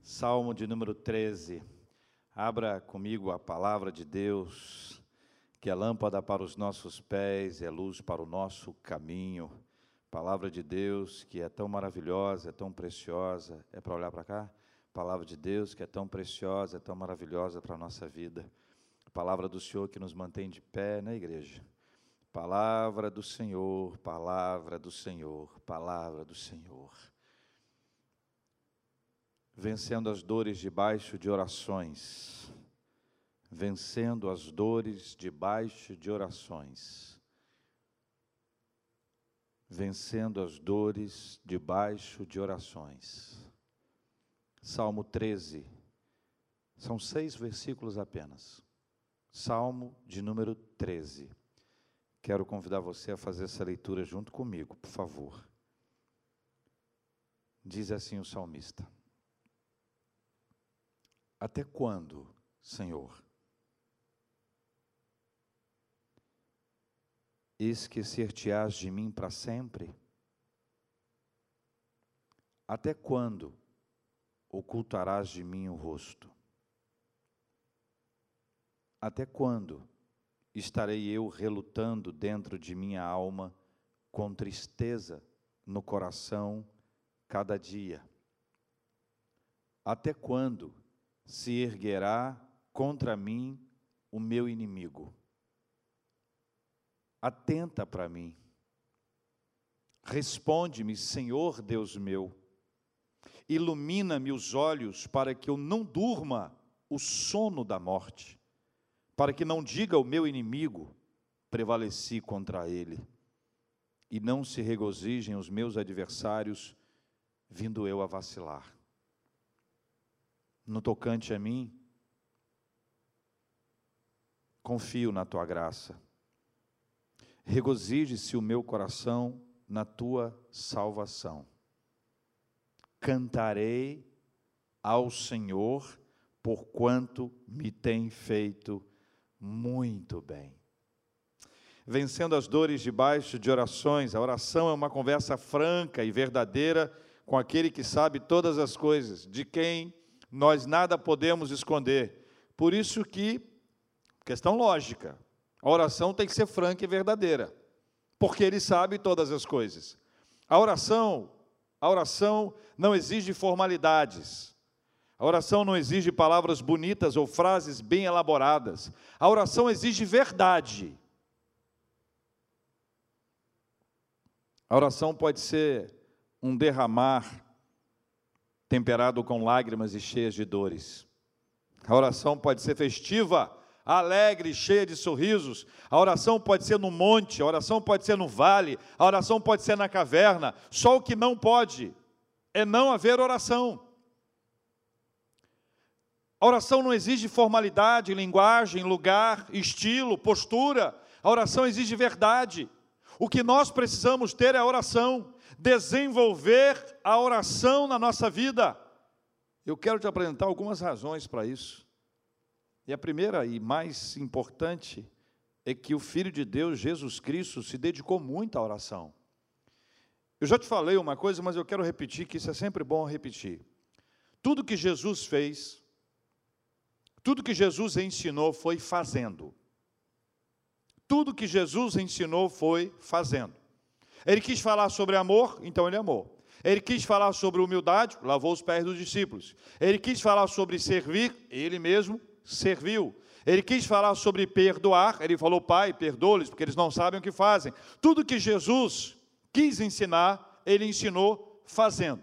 Salmo de número 13. Abra comigo a palavra de Deus, que é lâmpada para os nossos pés, é luz para o nosso caminho. Palavra de Deus que é tão maravilhosa, é tão preciosa. É para olhar para cá? Palavra de Deus que é tão preciosa, é tão maravilhosa para a nossa vida. Palavra do Senhor que nos mantém de pé na igreja. Palavra do Senhor, palavra do Senhor, palavra do Senhor. Vencendo as dores debaixo de orações. Vencendo as dores debaixo de orações. Vencendo as dores debaixo de orações. Salmo 13. São 6 versículos apenas. Salmo de número 13. Quero convidar você a fazer essa leitura junto comigo, por favor. Diz assim o salmista: até quando, Senhor, esquecer-te-ás de mim para sempre? Até quando ocultarás de mim o rosto? Até quando estarei eu relutando dentro de minha alma, com tristeza no coração cada dia? Até quando se erguerá contra mim o meu inimigo? Atenta para mim. Responde-me, Senhor Deus meu. Ilumina-me os olhos para que eu não durma o sono da morte, para que não diga o meu inimigo, prevaleci contra ele, e não se regozijem os meus adversários, vindo eu a vacilar. No tocante a mim, confio na tua graça. Regozije-se o meu coração na tua salvação. Cantarei ao Senhor, porquanto me tem feito muito bem. Vencendo as dores debaixo de orações. A oração é uma conversa franca e verdadeira com aquele que sabe todas as coisas, de quem nós nada podemos esconder. Por isso que, questão lógica, a oração tem que ser franca e verdadeira, porque ele sabe todas as coisas. A oração não exige formalidades. A oração não exige palavras bonitas ou frases bem elaboradas. A oração exige verdade. A oração pode ser um derramar temperado com lágrimas e cheias de dores. A oração pode ser festiva, alegre, cheia de sorrisos. A oração pode ser no monte, a oração pode ser no vale, a oração pode ser na caverna. Só o que não pode é não haver oração. A oração não exige formalidade, linguagem, lugar, estilo, postura. A oração exige verdade. O que nós precisamos ter é a oração, desenvolver a oração na nossa vida. Eu quero te apresentar algumas razões para isso. E a primeira e mais importante é que o Filho de Deus, Jesus Cristo, se dedicou muito à oração. Eu já te falei uma coisa, mas eu quero repetir, que isso é sempre bom repetir. Tudo que Jesus fez, tudo que Jesus ensinou foi fazendo. Tudo que Jesus ensinou foi fazendo. Ele quis falar sobre amor, então ele amou. Ele quis falar sobre humildade, lavou os pés dos discípulos. Ele quis falar sobre servir, ele mesmo serviu. Ele quis falar sobre perdoar, ele falou: Pai, perdoa-lhes, porque eles não sabem o que fazem. Tudo que Jesus quis ensinar, ele ensinou fazendo.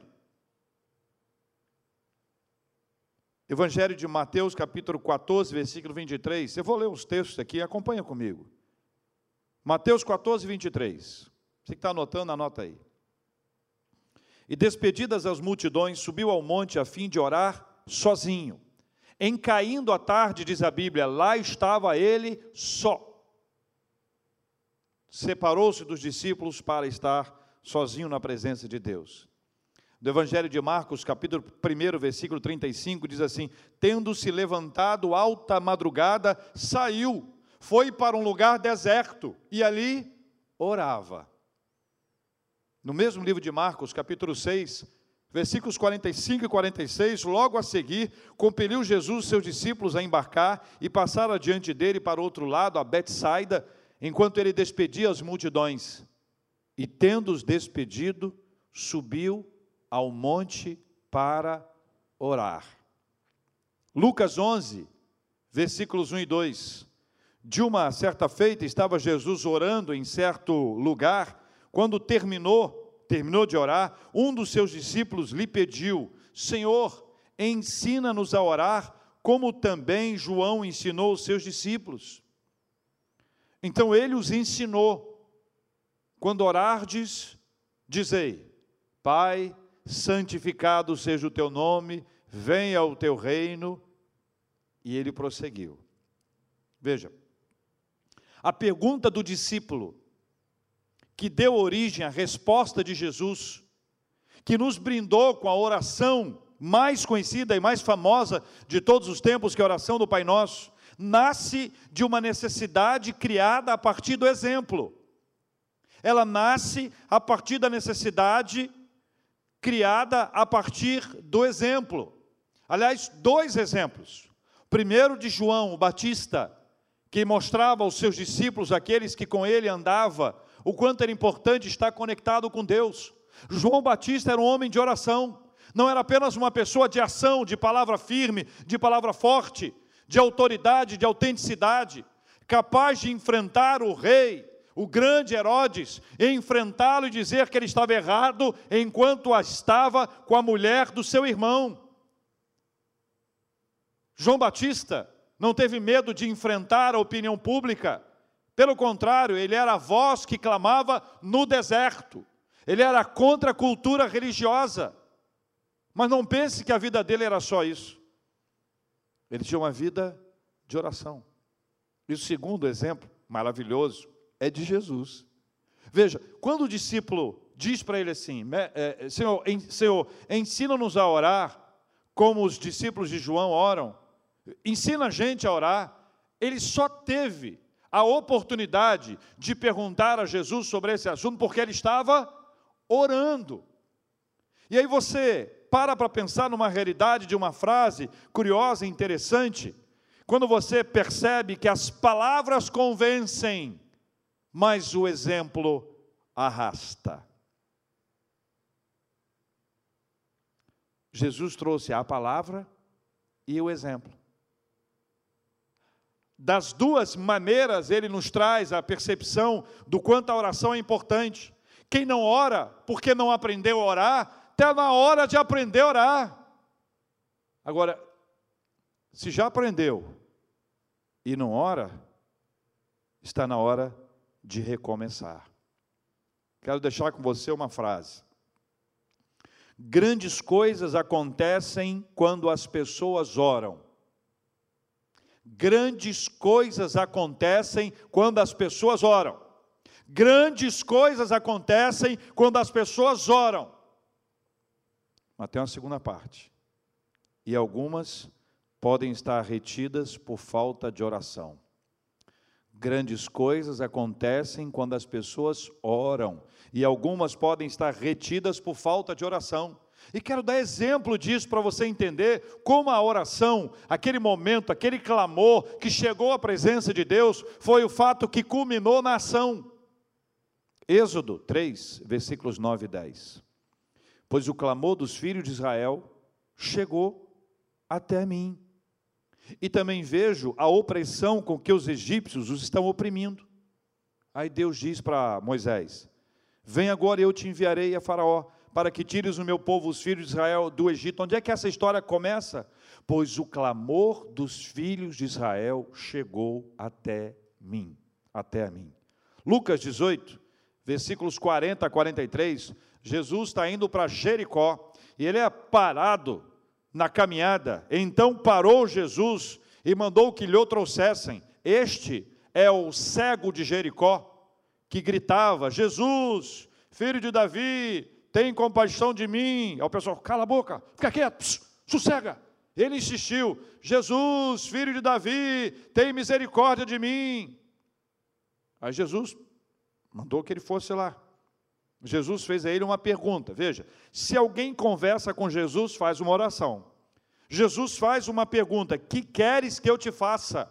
Evangelho de Mateus, capítulo 14, versículo 23. Eu vou ler os textos aqui, acompanha comigo. Mateus 14, 23. Você que está anotando, anota aí. E despedidas as multidões, subiu ao monte a fim de orar sozinho. Em caindo a tarde, diz a Bíblia, lá estava ele só. Separou-se dos discípulos para estar sozinho na presença de Deus. Do Evangelho de Marcos, capítulo 1, versículo 35, diz assim: tendo-se levantado alta madrugada, saiu, foi para um lugar deserto, e ali orava. No mesmo livro de Marcos, capítulo 6, versículos 45 e 46, logo a seguir, compeliu Jesus seus discípulos a embarcar e passar adiante dele para o outro lado, a Betsaida, enquanto ele despedia as multidões. E tendo-os despedido, subiu ao monte para orar. Lucas 11, versículos 1 e 2. De uma certa feita, estava Jesus orando em certo lugar. Quando terminou de orar, um dos seus discípulos lhe pediu: Senhor, ensina-nos a orar, como também João ensinou os seus discípulos. Então ele os ensinou: quando orardes, dizei: Pai, santificado seja o teu nome, venha o teu reino. E ele prosseguiu. Veja, a pergunta do discípulo, que deu origem à resposta de Jesus, que nos brindou com a oração mais conhecida e mais famosa de todos os tempos, que é a oração do Pai Nosso, nasce de uma necessidade criada a partir do exemplo. Ela nasce a partir da necessidade criada a partir do exemplo. Aliás, dois exemplos. O primeiro de João, o Batista, que mostrava aos seus discípulos, aqueles que com ele andava, o quanto era importante estar conectado com Deus. João Batista era um homem de oração, não era apenas uma pessoa de ação, de palavra firme, de palavra forte, de autoridade, de autenticidade, capaz de enfrentar o rei, o grande Herodes, e enfrentá-lo e dizer que ele estava errado, enquanto estava com a mulher do seu irmão. João Batista não teve medo de enfrentar a opinião pública. Pelo contrário, ele era a voz que clamava no deserto. Ele era contra a cultura religiosa. Mas não pense que a vida dele era só isso. Ele tinha uma vida de oração. E o segundo exemplo, maravilhoso, é de Jesus. Veja, quando o discípulo diz para ele assim: Senhor, ensina-nos a orar, como os discípulos de João oram, ensina a gente a orar. Ele só teve a oportunidade de perguntar a Jesus sobre esse assunto, porque ele estava orando. E aí você para pensar numa realidade de uma frase curiosa e interessante, quando você percebe que as palavras convencem, mas o exemplo arrasta. Jesus trouxe a palavra e o exemplo. Das duas maneiras, ele nos traz a percepção do quanto a oração é importante. Quem não ora, porque não aprendeu a orar, está na hora de aprender a orar. Agora, se já aprendeu e não ora, está na hora de recomeçar. Quero deixar com você uma frase. Grandes coisas acontecem quando as pessoas oram. Grandes coisas acontecem quando as pessoas oram. Grandes coisas acontecem quando as pessoas oram. Mas tem uma segunda parte. E algumas podem estar retidas por falta de oração. Grandes coisas acontecem quando as pessoas oram. E algumas podem estar retidas por falta de oração. E quero dar exemplo disso para você entender como a oração, aquele momento, aquele clamor que chegou à presença de Deus, foi o fato que culminou na ação. Êxodo 3, versículos 9 e 10. Pois o clamor dos filhos de Israel chegou até mim. E também vejo a opressão com que os egípcios os estão oprimindo. Aí Deus diz para Moisés: vem agora e eu te enviarei a Faraó, para que tires o meu povo, os filhos de Israel, do Egito. Onde é que essa história começa? Pois o clamor dos filhos de Israel chegou até mim, até a mim. Lucas 18, versículos 40 a 43, Jesus está indo para Jericó, e ele é parado na caminhada. Então parou Jesus e mandou que lhe o trouxessem. Este é o cego de Jericó, que gritava: Jesus, filho de Davi, tem compaixão de mim. Aí o pessoal: cala a boca, fica quieto, sossega. Ele insistiu: Jesus, filho de Davi, tem misericórdia de mim. Aí Jesus mandou que ele fosse lá. Jesus fez a ele uma pergunta. Veja, se alguém conversa com Jesus, faz uma oração. Jesus faz uma pergunta: que queres que eu te faça?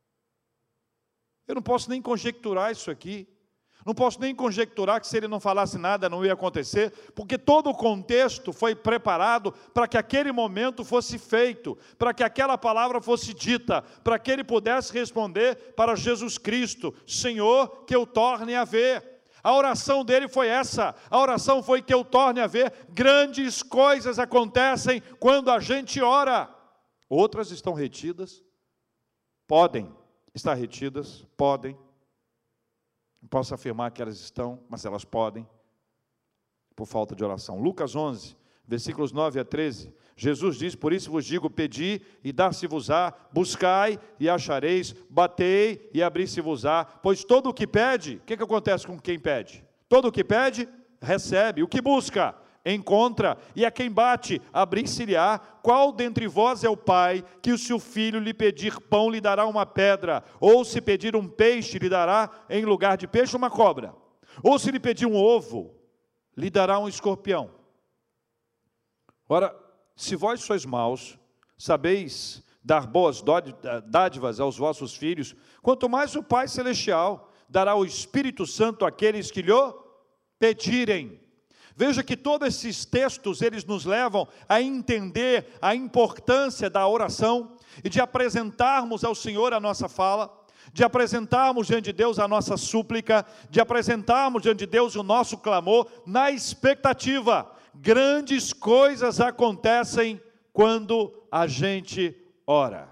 Eu não posso nem conjecturar isso aqui. Não posso nem conjecturar que se ele não falasse nada não ia acontecer, porque todo o contexto foi preparado para que aquele momento fosse feito, para que aquela palavra fosse dita, para que ele pudesse responder para Jesus Cristo: Senhor, que eu torne a ver. A oração dele foi essa, a oração foi: que eu torne a ver. Grandes coisas acontecem quando a gente ora. Outras estão retidas, podem estar retidas, podem. Não posso afirmar que elas estão, mas elas podem, por falta de oração. Lucas 11, versículos 9 a 13, Jesus diz: por isso vos digo, pedi e dar-se-vos-á, buscai e achareis, batei e abrir-se-vos-á, pois todo o que pede, o que acontece com quem pede? Todo o que pede, recebe, o que busca, encontra, e a quem bate, abrir-se-lhe-á. Qual dentre vós é o pai, que se o filho lhe pedir pão, lhe dará uma pedra? Ou se pedir um peixe, lhe dará em lugar de peixe uma cobra? Ou se lhe pedir um ovo, lhe dará um escorpião? Ora, se vós sois maus, sabeis dar boas dádivas aos vossos filhos, quanto mais o Pai Celestial dará o Espírito Santo àqueles que lhe pedirem. Veja que todos esses textos, eles nos levam a entender a importância da oração e de apresentarmos ao Senhor a nossa fala, de apresentarmos diante de Deus a nossa súplica, de apresentarmos diante de Deus o nosso clamor, na expectativa. Grandes coisas acontecem quando a gente ora.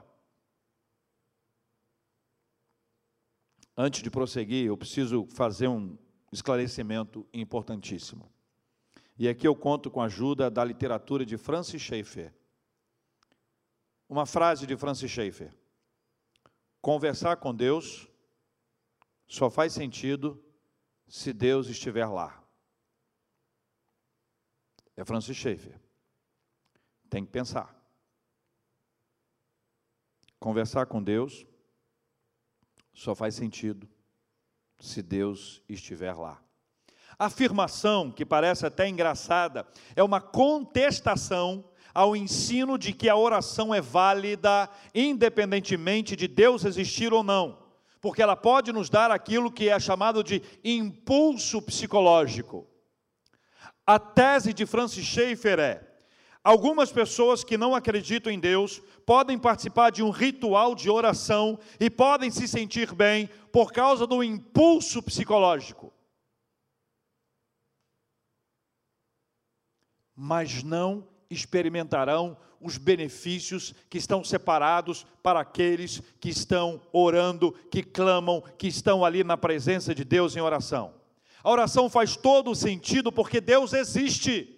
Antes de prosseguir, eu preciso fazer um esclarecimento importantíssimo. E aqui eu conto com a ajuda da literatura de Francis Schaeffer. Uma frase de Francis Schaeffer: conversar com Deus só faz sentido se Deus estiver lá. É Francis Schaeffer. Tem que pensar. Conversar com Deus só faz sentido se Deus estiver lá. A afirmação, que parece até engraçada, é uma contestação ao ensino de que a oração é válida, independentemente de Deus existir ou não, porque ela pode nos dar aquilo que é chamado de impulso psicológico. A tese de Francis Schaeffer é: algumas pessoas que não acreditam em Deus podem participar de um ritual de oração e podem se sentir bem por causa do impulso psicológico. Mas não experimentarão os benefícios que estão separados para aqueles que estão orando, que clamam, que estão ali na presença de Deus em oração. A oração faz todo o sentido porque Deus existe.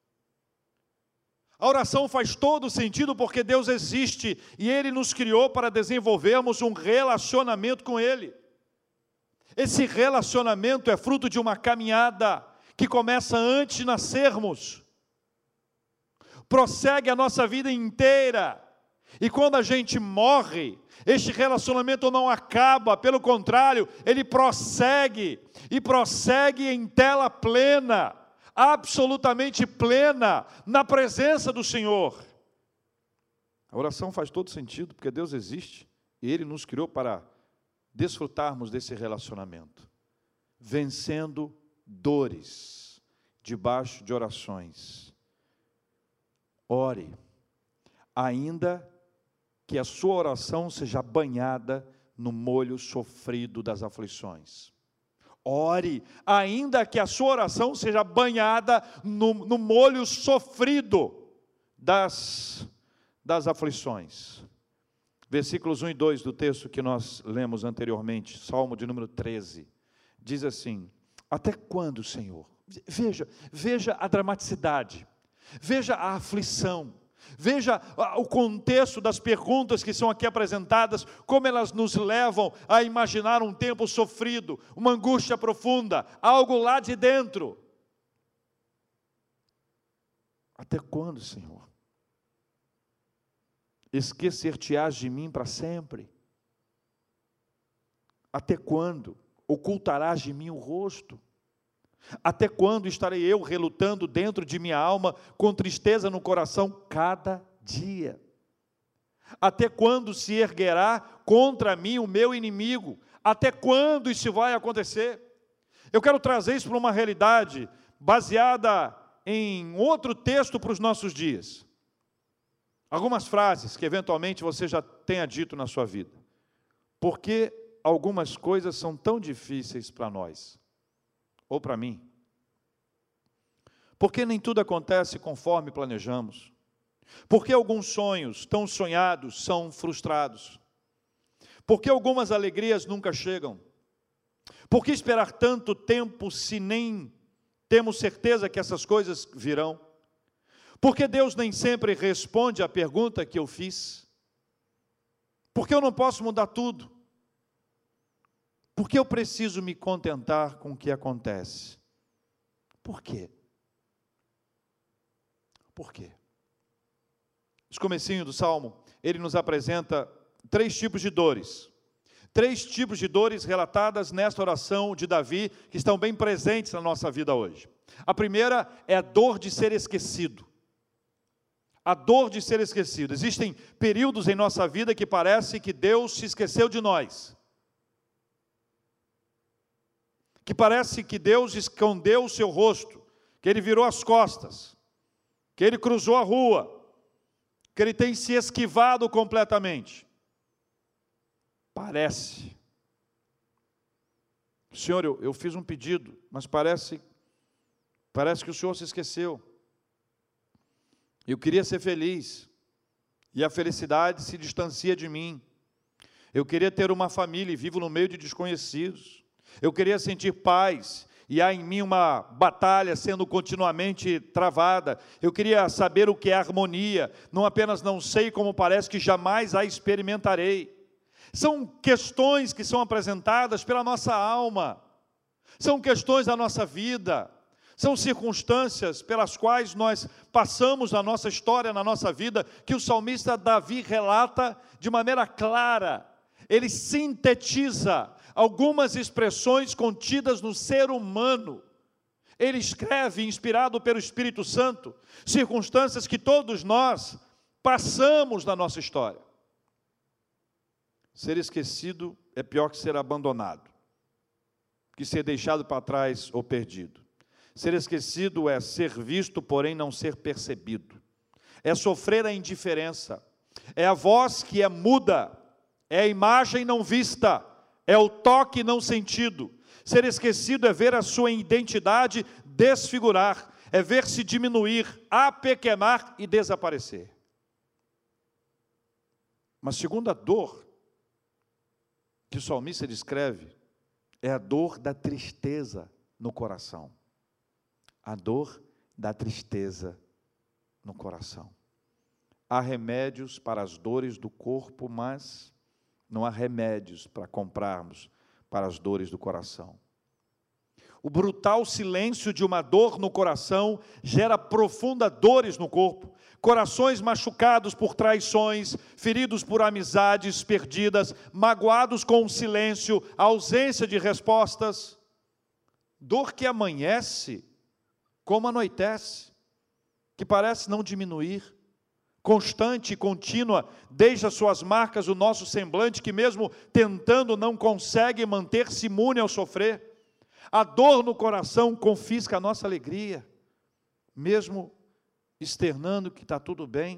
A oração faz todo o sentido porque Deus existe e Ele nos criou para desenvolvermos um relacionamento com Ele. Esse relacionamento é fruto de uma caminhada que começa antes de nascermos, prossegue a nossa vida inteira, e quando a gente morre, este relacionamento não acaba, pelo contrário, ele prossegue, e prossegue em tela plena, absolutamente plena, na presença do Senhor. A oração faz todo sentido, porque Deus existe, e Ele nos criou para desfrutarmos desse relacionamento, vencendo dores, debaixo de orações. Ore, ainda que a sua oração seja banhada no molho sofrido das aflições. Ore, ainda que a sua oração seja banhada no molho sofrido das aflições. Versículos 1 e 2 do texto que nós lemos anteriormente, Salmo de número 13, diz assim: até quando, Senhor? Veja a dramaticidade. Veja a aflição, veja o contexto das perguntas que são aqui apresentadas, como elas nos levam a imaginar um tempo sofrido, uma angústia profunda, algo lá de dentro. Até quando, Senhor? Esquecer-te-ás de mim para sempre? Até quando ocultarás de mim o rosto? Até quando estarei eu relutando dentro de minha alma, com tristeza no coração, cada dia? Até quando se erguerá contra mim o meu inimigo? Até quando isso vai acontecer? Eu quero trazer isso para uma realidade baseada em outro texto para os nossos dias. Algumas frases que eventualmente você já tenha dito na sua vida. Por que algumas coisas são tão difíceis para nós? Ou para mim? Por que nem tudo acontece conforme planejamos? Por que alguns sonhos tão sonhados são frustrados? Por que algumas alegrias nunca chegam? Por que esperar tanto tempo se nem temos certeza que essas coisas virão? Por que Deus nem sempre responde à pergunta que eu fiz? Por que eu não posso mudar tudo? Por que eu preciso me contentar com o que acontece? Por quê? Por quê? Esse comecinho do Salmo, ele nos apresenta 3 tipos de dores. 3 tipos de dores relatadas nesta oração de Davi, que estão bem presentes na nossa vida hoje. A primeira é a dor de ser esquecido. A dor de ser esquecido. Existem períodos em nossa vida que parece que Deus se esqueceu de nós. Que parece que Deus escondeu o seu rosto, que Ele virou as costas, que Ele cruzou a rua, que Ele tem se esquivado completamente. Parece. Senhor, eu fiz um pedido, mas parece que o Senhor se esqueceu. Eu queria ser feliz, e a felicidade se distancia de mim. Eu queria ter uma família e vivo no meio de desconhecidos. Eu queria sentir paz, e há em mim uma batalha sendo continuamente travada. Eu queria saber o que é harmonia, não apenas não sei, como parece que jamais a experimentarei. São questões que são apresentadas pela nossa alma, são questões da nossa vida, são circunstâncias pelas quais nós passamos na nossa história, na nossa vida, que o salmista Davi relata de maneira clara. Ele sintetiza algumas expressões contidas no ser humano. Ele escreve, inspirado pelo Espírito Santo, circunstâncias que todos nós passamos na nossa história. Ser esquecido é pior que ser abandonado, que ser deixado para trás ou perdido. Ser esquecido é ser visto, porém não ser percebido. É sofrer a indiferença. É a voz que é muda. É a imagem não vista. É o toque não sentido. Ser esquecido é ver a sua identidade desfigurar. É ver-se diminuir, apequenar e desaparecer. Mas segunda dor que o salmista descreve é a dor da tristeza no coração. A dor da tristeza no coração. Há remédios para as dores do corpo, mas não há remédios para comprarmos para as dores do coração. O brutal silêncio de uma dor no coração gera profundas dores no corpo. Corações machucados por traições, feridos por amizades perdidas, magoados com o silêncio, a ausência de respostas. Dor que amanhece como anoitece, que parece não diminuir, constante e contínua, deixa suas marcas o nosso semblante, que mesmo tentando não consegue manter-se imune ao sofrer. A dor no coração confisca a nossa alegria, mesmo externando que está tudo bem.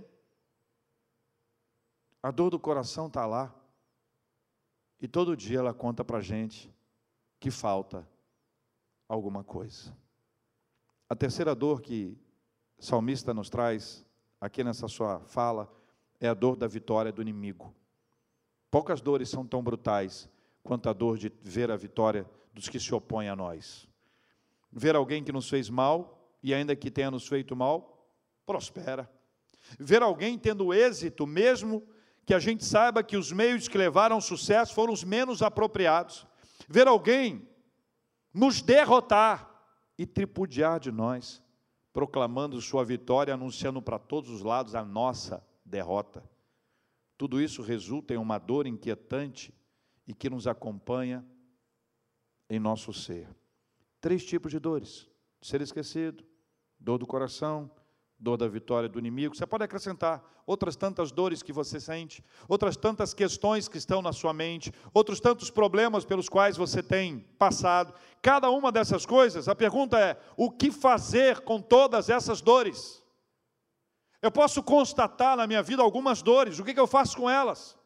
A dor do coração está lá, e todo dia ela conta para a gente que falta alguma coisa. A terceira dor que o salmista nos traz aqui nessa sua fala é a dor da vitória do inimigo. Poucas dores são tão brutais quanto a dor de ver a vitória dos que se opõem a nós. Ver alguém que nos fez mal, e ainda que tenha nos feito mal, prospera. Ver alguém tendo êxito, mesmo que a gente saiba que os meios que levaram ao sucesso foram os menos apropriados. Ver alguém nos derrotar e tripudiar de nós, proclamando sua vitória, anunciando para todos os lados a nossa derrota. Tudo isso resulta em uma dor inquietante e que nos acompanha em nosso ser. 3 tipos de dores: ser esquecido, dor do coração, dor da vitória do inimigo. Você pode acrescentar outras tantas dores que você sente, outras tantas questões que estão na sua mente, outros tantos problemas pelos quais você tem passado. Cada uma dessas coisas, a pergunta é: o que fazer com todas essas dores? Eu posso constatar na minha vida algumas dores, o que eu faço com elas?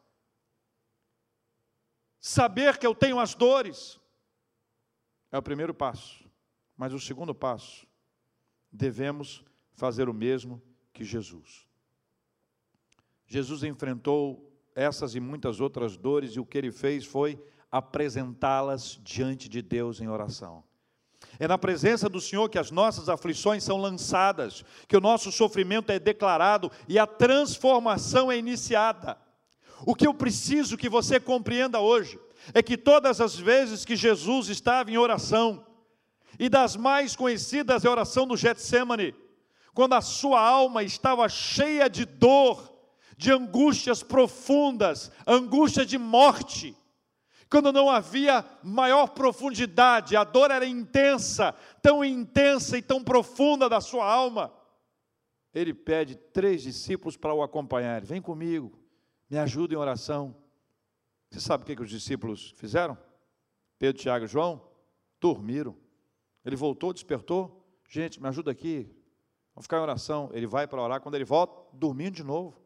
Saber que eu tenho as dores é o primeiro passo, mas o segundo passo, devemos fazer o mesmo que Jesus. Jesus enfrentou essas e muitas outras dores, e o que ele fez foi apresentá-las diante de Deus em oração. É na presença do Senhor que as nossas aflições são lançadas, que o nosso sofrimento é declarado e a transformação é iniciada. O que eu preciso que você compreenda hoje é que todas as vezes que Jesus estava em oração, e das mais conhecidas é a oração do Getsemane, quando a sua alma estava cheia de dor, de angústias profundas, angústia de morte, quando não havia maior profundidade, a dor era intensa e tão profunda da sua alma, ele pede 3 discípulos para o acompanhar. Vem comigo, me ajuda em oração. Você sabe o que os discípulos fizeram? Pedro, Tiago e João dormiram. Ele voltou, despertou. Gente, me ajuda aqui, vamos ficar em oração. Ele vai para orar, quando ele volta, dormindo de novo.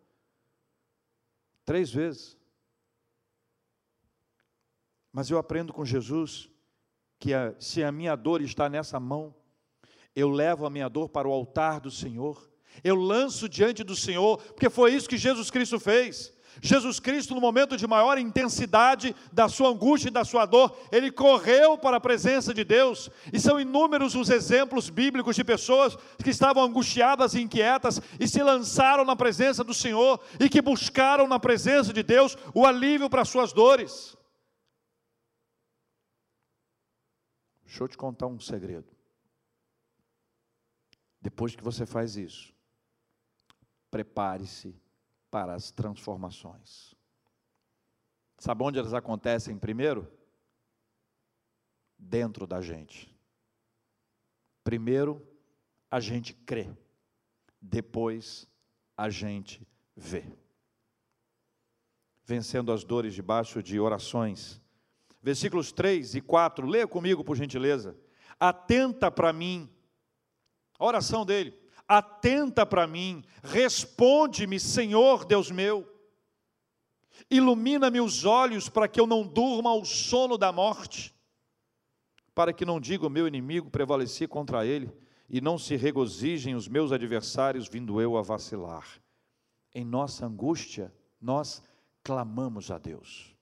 3 vezes. Mas eu aprendo com Jesus que se a minha dor está nessa mão, eu levo a minha dor para o altar do Senhor, eu lanço diante do Senhor, porque foi isso que Jesus Cristo fez. Jesus Cristo, no momento de maior intensidade da sua angústia e da sua dor, ele correu para a presença de Deus, e são inúmeros os exemplos bíblicos de pessoas que estavam angustiadas e inquietas, e se lançaram na presença do Senhor, e que buscaram na presença de Deus o alívio para as suas dores. Deixa eu te contar um segredo. Depois que você faz isso, prepare-se para as transformações. Sabe onde elas acontecem primeiro? Dentro da gente. Primeiro, a gente crê. Depois, a gente vê. Vencendo as dores debaixo de orações. Versículos 3 e 4, leia comigo, por gentileza. Atenta para mim, a oração dele. Atenta para mim, responde-me, Senhor Deus meu. Ilumina-me os olhos para que eu não durma ao sono da morte, para que não diga o meu inimigo, prevaleci contra ele, e não se regozijem os meus adversários, vindo eu a vacilar. Em nossa angústia, nós clamamos a Deus.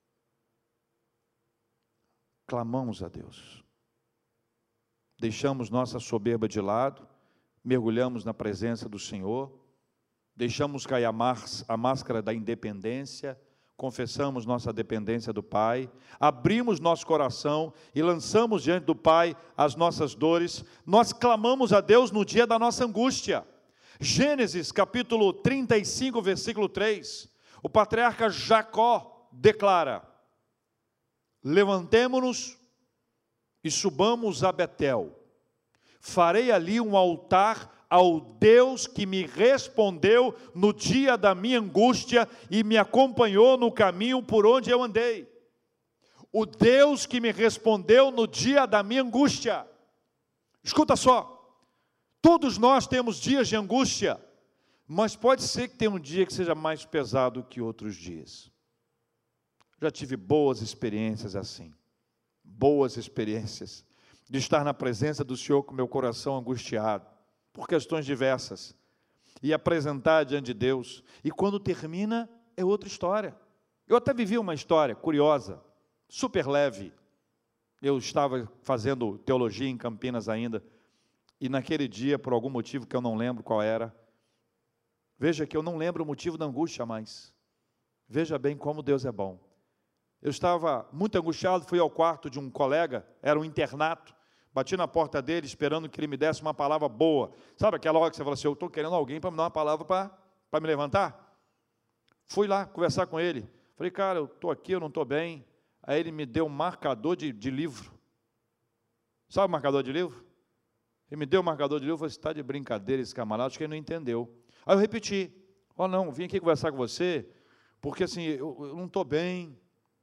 Clamamos a Deus. Deixamos nossa soberba de lado, mergulhamos na presença do Senhor, deixamos cair a máscara da independência, confessamos nossa dependência do Pai, abrimos nosso coração e lançamos diante do Pai as nossas dores. Nós clamamos a Deus no dia da nossa angústia. Gênesis capítulo 35, versículo 3, o patriarca Jacó declara: levantemo-nos e subamos a Betel. Farei ali um altar ao Deus que me respondeu no dia da minha angústia e me acompanhou no caminho por onde eu andei. O Deus que me respondeu no dia da minha angústia. Escuta só, todos nós temos dias de angústia, mas pode ser que tenha um dia que seja mais pesado que outros dias. Já tive boas experiências assim, boas experiências de estar na presença do Senhor com meu coração angustiado, por questões diversas, e apresentar diante de Deus, e quando termina, é outra história. Eu até vivi uma história curiosa, super leve. Eu estava fazendo teologia em Campinas ainda, e naquele dia, por algum motivo que eu não lembro qual era, veja que eu não lembro o motivo da angústia mais, veja bem como Deus é bom. Eu estava muito angustiado, fui ao quarto de um colega, era um internato, bati na porta dele, esperando que ele me desse uma palavra boa. Sabe aquela hora que você fala assim, eu estou querendo alguém para me dar uma palavra para me levantar? Fui lá conversar com ele. Falei, cara, eu estou aqui, eu não estou bem. Aí ele me deu um marcador de livro. Sabe o marcador de livro? Ele me deu o marcador de livro, eu falei, você está de brincadeira esse camarada, acho que ele não entendeu. Aí eu repeti, não, vim aqui conversar com você, porque assim, eu não estou bem.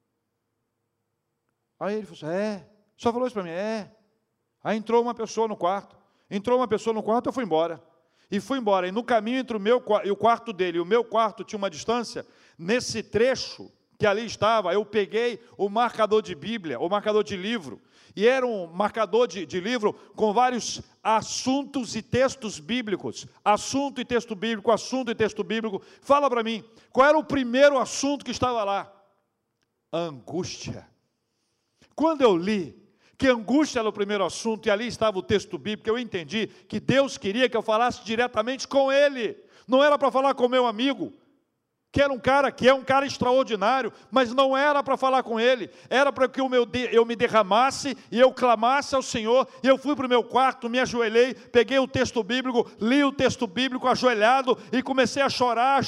Aí ele falou assim, só falou isso para mim, Aí entrou uma pessoa no quarto, eu fui embora. E fui embora, e no caminho entre o meu e o quarto dele, e o meu quarto tinha uma distância, nesse trecho que ali estava, eu peguei o marcador de Bíblia, o marcador de livro, e era um marcador de livro com vários assuntos e textos bíblicos, assunto e texto bíblico, fala para mim, qual era o primeiro assunto que estava lá? Angústia. Quando eu li que angústia era o primeiro assunto, e ali estava o texto bíblico, eu entendi que Deus queria que eu falasse diretamente com Ele, não era para falar com meu amigo, que é um cara extraordinário, mas não era para falar com ele, era para que eu me derramasse, e eu clamasse ao Senhor, e eu fui para o meu quarto, me ajoelhei, peguei o texto bíblico, li o texto bíblico ajoelhado, e comecei a chorar,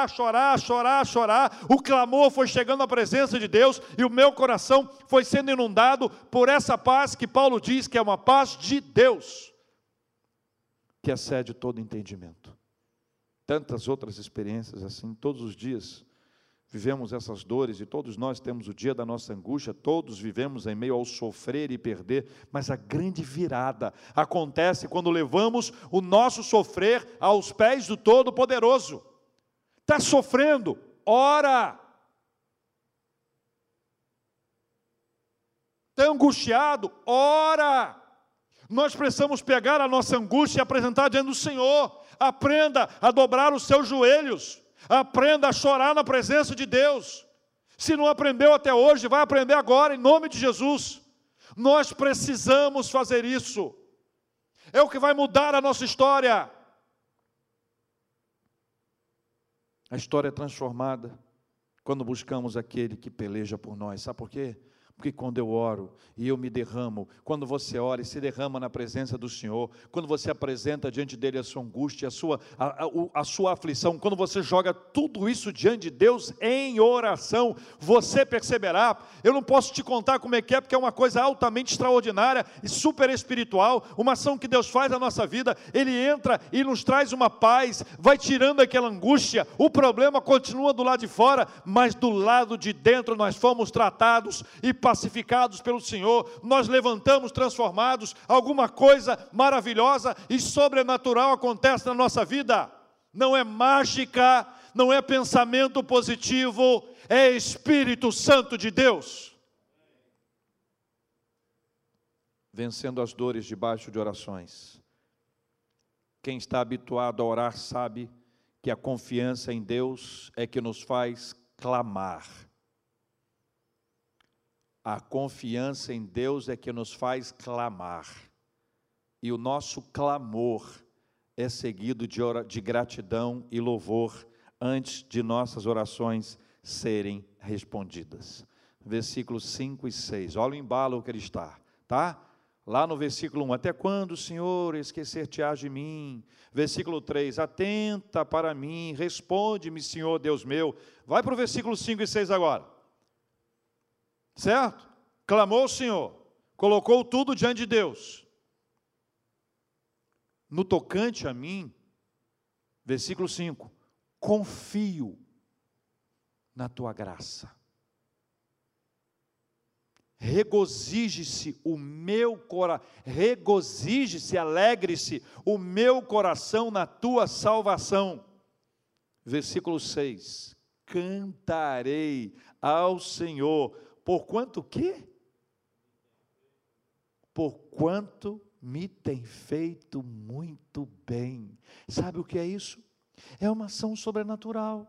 o clamor foi chegando à presença de Deus, e o meu coração foi sendo inundado por essa paz que Paulo diz que é uma paz de Deus, que excede todo entendimento. Tantas outras experiências assim, todos os dias vivemos essas dores, e todos nós temos o dia da nossa angústia, todos vivemos em meio ao sofrer e perder, mas a grande virada acontece quando levamos o nosso sofrer aos pés do Todo-Poderoso. Está sofrendo? Ora! Está angustiado? Ora! Nós precisamos pegar a nossa angústia e apresentar diante do Senhor. Aprenda a dobrar os seus joelhos, aprenda a chorar na presença de Deus. Se não aprendeu até hoje, vai aprender agora, em nome de Jesus. Nós precisamos fazer isso, é o que vai mudar a nossa história. A história é transformada quando buscamos aquele que peleja por nós. Sabe por quê? Porque quando eu oro e eu me derramo, quando você ora e se derrama na presença do Senhor, quando você apresenta diante dele a sua angústia, a sua aflição, quando você joga tudo isso diante de Deus em oração, você perceberá, eu não posso te contar como é que é, porque é uma coisa altamente extraordinária e super espiritual, uma ação que Deus faz na nossa vida, Ele entra e nos traz uma paz, vai tirando aquela angústia, o problema continua do lado de fora, mas do lado de dentro nós fomos tratados e pacificados pelo Senhor, nós levantamos transformados, alguma coisa maravilhosa e sobrenatural acontece na nossa vida. Não é mágica, não é pensamento positivo, é Espírito Santo de Deus. Vencendo as dores debaixo de orações. Quem está habituado a orar sabe que a confiança em Deus é que nos faz clamar. A confiança em Deus é que nos faz clamar, e o nosso clamor é seguido de gratidão e louvor antes de nossas orações serem respondidas. Versículos 5 e 6, olha o embalo que ele está, tá? Lá no versículo 1, até quando, Senhor, esquecer-te-ás de mim? Versículo 3, atenta para mim, responde-me, Senhor Deus meu. Vai para o versículo 5 e 6 agora. Certo? Clamou o Senhor, colocou tudo diante de Deus. No tocante a mim, versículo 5, confio na tua graça. Regozije-se o meu coração, regozije-se, alegre-se o meu coração na tua salvação. Versículo 6, cantarei ao Senhor. Porquanto o quê? Porquanto me tem feito muito bem. Sabe o que é isso? É uma ação sobrenatural.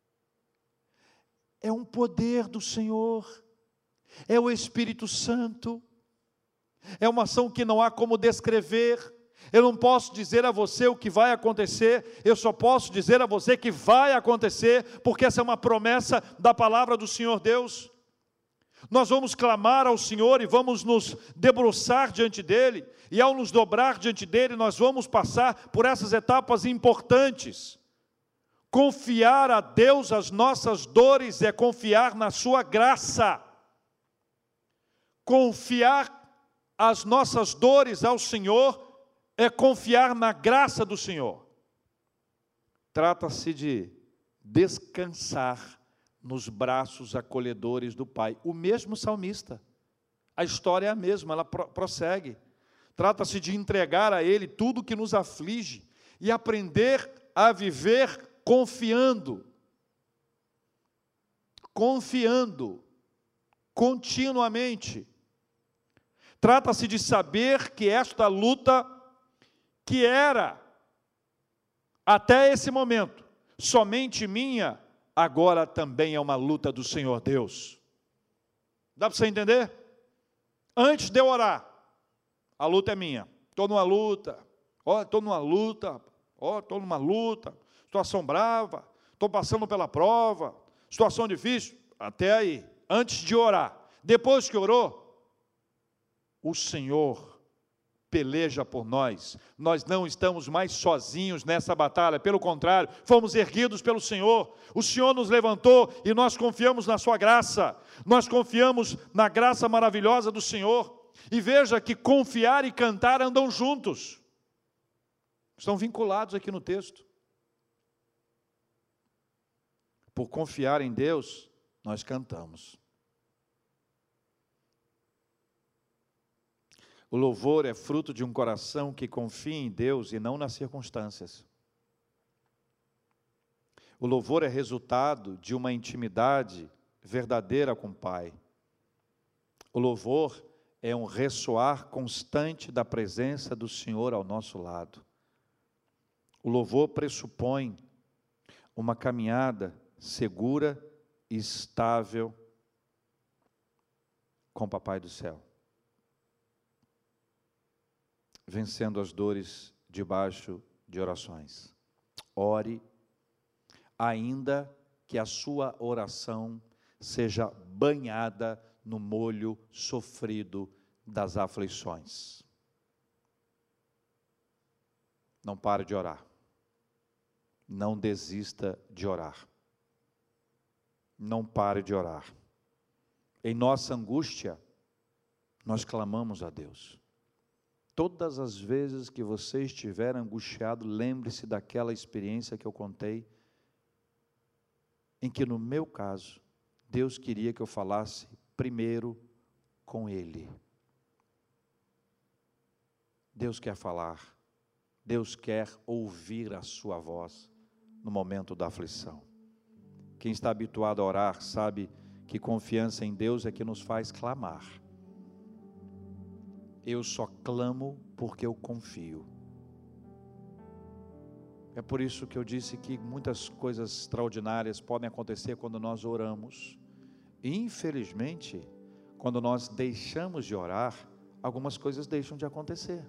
É um poder do Senhor. É o Espírito Santo. É uma ação que não há como descrever. Eu não posso dizer a você o que vai acontecer, eu só posso dizer a você que vai acontecer, porque essa é uma promessa da palavra do Senhor Deus. Nós vamos clamar ao Senhor e vamos nos debruçar diante dEle, e ao nos dobrar diante dEle, nós vamos passar por essas etapas importantes. Confiar a Deus as nossas dores é confiar na sua graça. Confiar as nossas dores ao Senhor é confiar na graça do Senhor. Trata-se de descansar nos braços acolhedores do Pai. O mesmo salmista. A história é a mesma, ela prossegue. Trata-se de entregar a Ele tudo que nos aflige e aprender a viver confiando. Confiando continuamente. Trata-se de saber que esta luta, que era até esse momento somente minha, agora também é uma luta do Senhor Deus. Dá para você entender? Antes de eu orar, a luta é minha. Estou numa luta, estou numa luta, estou numa luta, situação brava, estou passando pela prova, situação difícil, até aí, antes de orar. Depois que orou, o Senhor peleja por nós. Nós não estamos mais sozinhos nessa batalha, pelo contrário, fomos erguidos pelo Senhor. O Senhor nos levantou e nós confiamos na sua graça. Nós confiamos na graça maravilhosa do Senhor. E veja que confiar e cantar andam juntos. Estão vinculados aqui no texto. Por confiar em Deus, nós cantamos. O louvor é fruto de um coração que confia em Deus e não nas circunstâncias. O louvor é resultado de uma intimidade verdadeira com o Pai. O louvor é um ressoar constante da presença do Senhor ao nosso lado. O louvor pressupõe uma caminhada segura e estável com o Papai do céu, vencendo as dores debaixo de orações. Ore, ainda que a sua oração seja banhada no molho sofrido das aflições. Não pare de orar. Não desista de orar. Não pare de orar. Em nossa angústia, nós clamamos a Deus. Todas as vezes que você estiver angustiado, lembre-se daquela experiência que eu contei, em que no meu caso, Deus queria que eu falasse primeiro com Ele. Deus quer falar, Deus quer ouvir a sua voz no momento da aflição. Quem está habituado a orar sabe que confiança em Deus é que nos faz clamar. Eu só clamo porque eu confio. É por isso que eu disse que muitas coisas extraordinárias podem acontecer quando nós oramos. E, infelizmente, quando nós deixamos de orar, algumas coisas deixam de acontecer.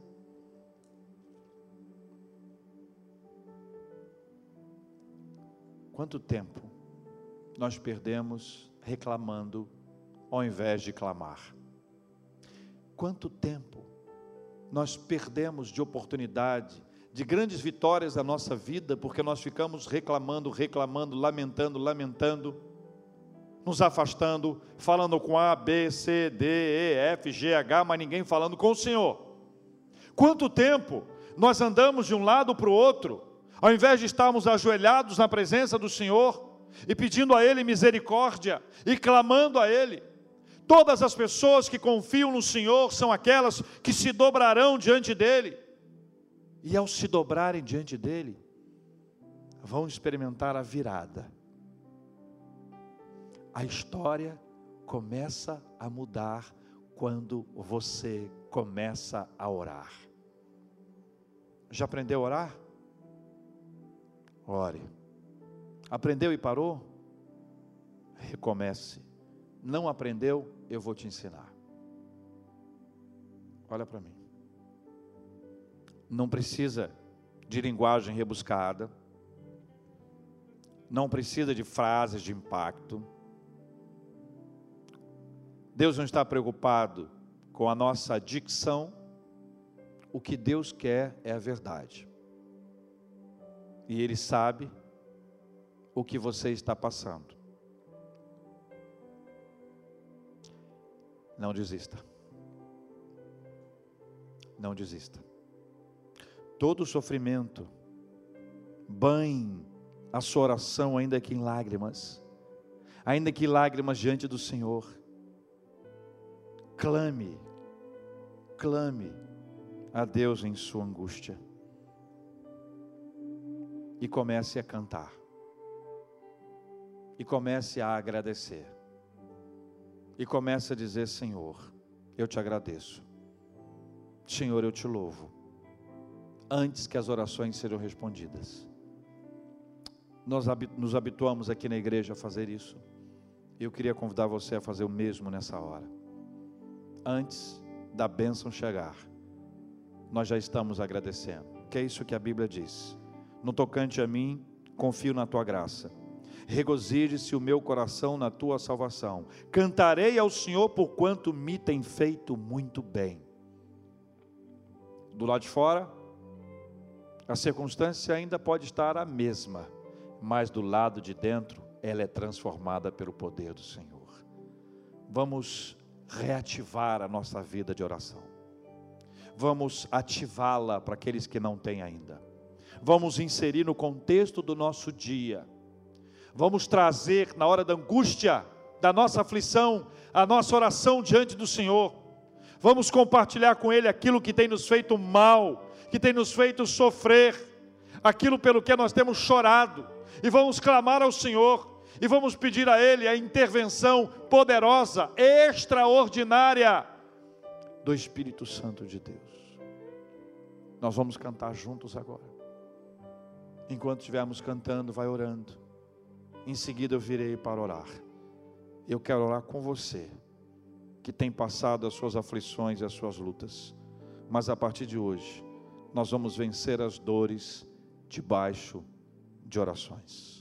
Quanto tempo nós perdemos reclamando ao invés de clamar? Quanto tempo nós perdemos de oportunidade, de grandes vitórias da nossa vida, porque nós ficamos reclamando, lamentando, nos afastando, falando com A, B, C, D, E, F, G, H, mas ninguém falando com o Senhor. Quanto tempo nós andamos de um lado para o outro, ao invés de estarmos ajoelhados na presença do Senhor, e pedindo a Ele misericórdia, e clamando a Ele. Todas as pessoas que confiam no Senhor são aquelas que se dobrarão diante dEle. E ao se dobrarem diante dEle, vão experimentar a virada. A história começa a mudar quando você começa a orar. Já aprendeu a orar? Ore. Aprendeu e parou? Recomece. Não aprendeu? Eu vou te ensinar. Olha para mim. Não precisa de linguagem rebuscada. Não precisa de frases de impacto. Deus não está preocupado com a nossa dicção. O que Deus quer é a verdade. E Ele sabe o que você está passando. Não desista. não desista. Todo sofrimento, banhe a sua oração, ainda que em lágrimas, diante do Senhor. Clame a Deus em sua angústia. E comece a cantar. E comece a agradecer. E comece a dizer: Senhor, eu te agradeço. Senhor, eu te louvo. Antes que as orações sejam respondidas. Nós nos habituamos aqui na igreja a fazer isso. Eu queria convidar você a fazer o mesmo nessa hora. Antes da bênção chegar, nós já estamos agradecendo. Que é isso que a Bíblia diz: no tocante a mim, confio na tua graça. Regozije-se o meu coração na tua salvação. Cantarei ao Senhor porquanto me tem feito muito bem. Do lado de fora, a circunstância ainda pode estar a mesma, mas do lado de dentro, ela é transformada pelo poder do Senhor. Vamos reativar a nossa vida de oração. Vamos ativá-la para aqueles que não têm ainda. Vamos inserir no contexto do nosso dia. Vamos trazer na hora da angústia, da nossa aflição, a nossa oração diante do Senhor. Vamos compartilhar com Ele aquilo que tem nos feito mal, que tem nos feito sofrer, aquilo pelo que nós temos chorado. E vamos clamar ao Senhor, e vamos pedir a Ele a intervenção poderosa, extraordinária do Espírito Santo de Deus. Nós vamos cantar juntos agora. Enquanto estivermos cantando, vai orando. Em seguida eu virei para orar. Eu quero orar com você, que tem passado as suas aflições e as suas lutas. Mas a partir de hoje, nós vamos vencer as dores debaixo de orações.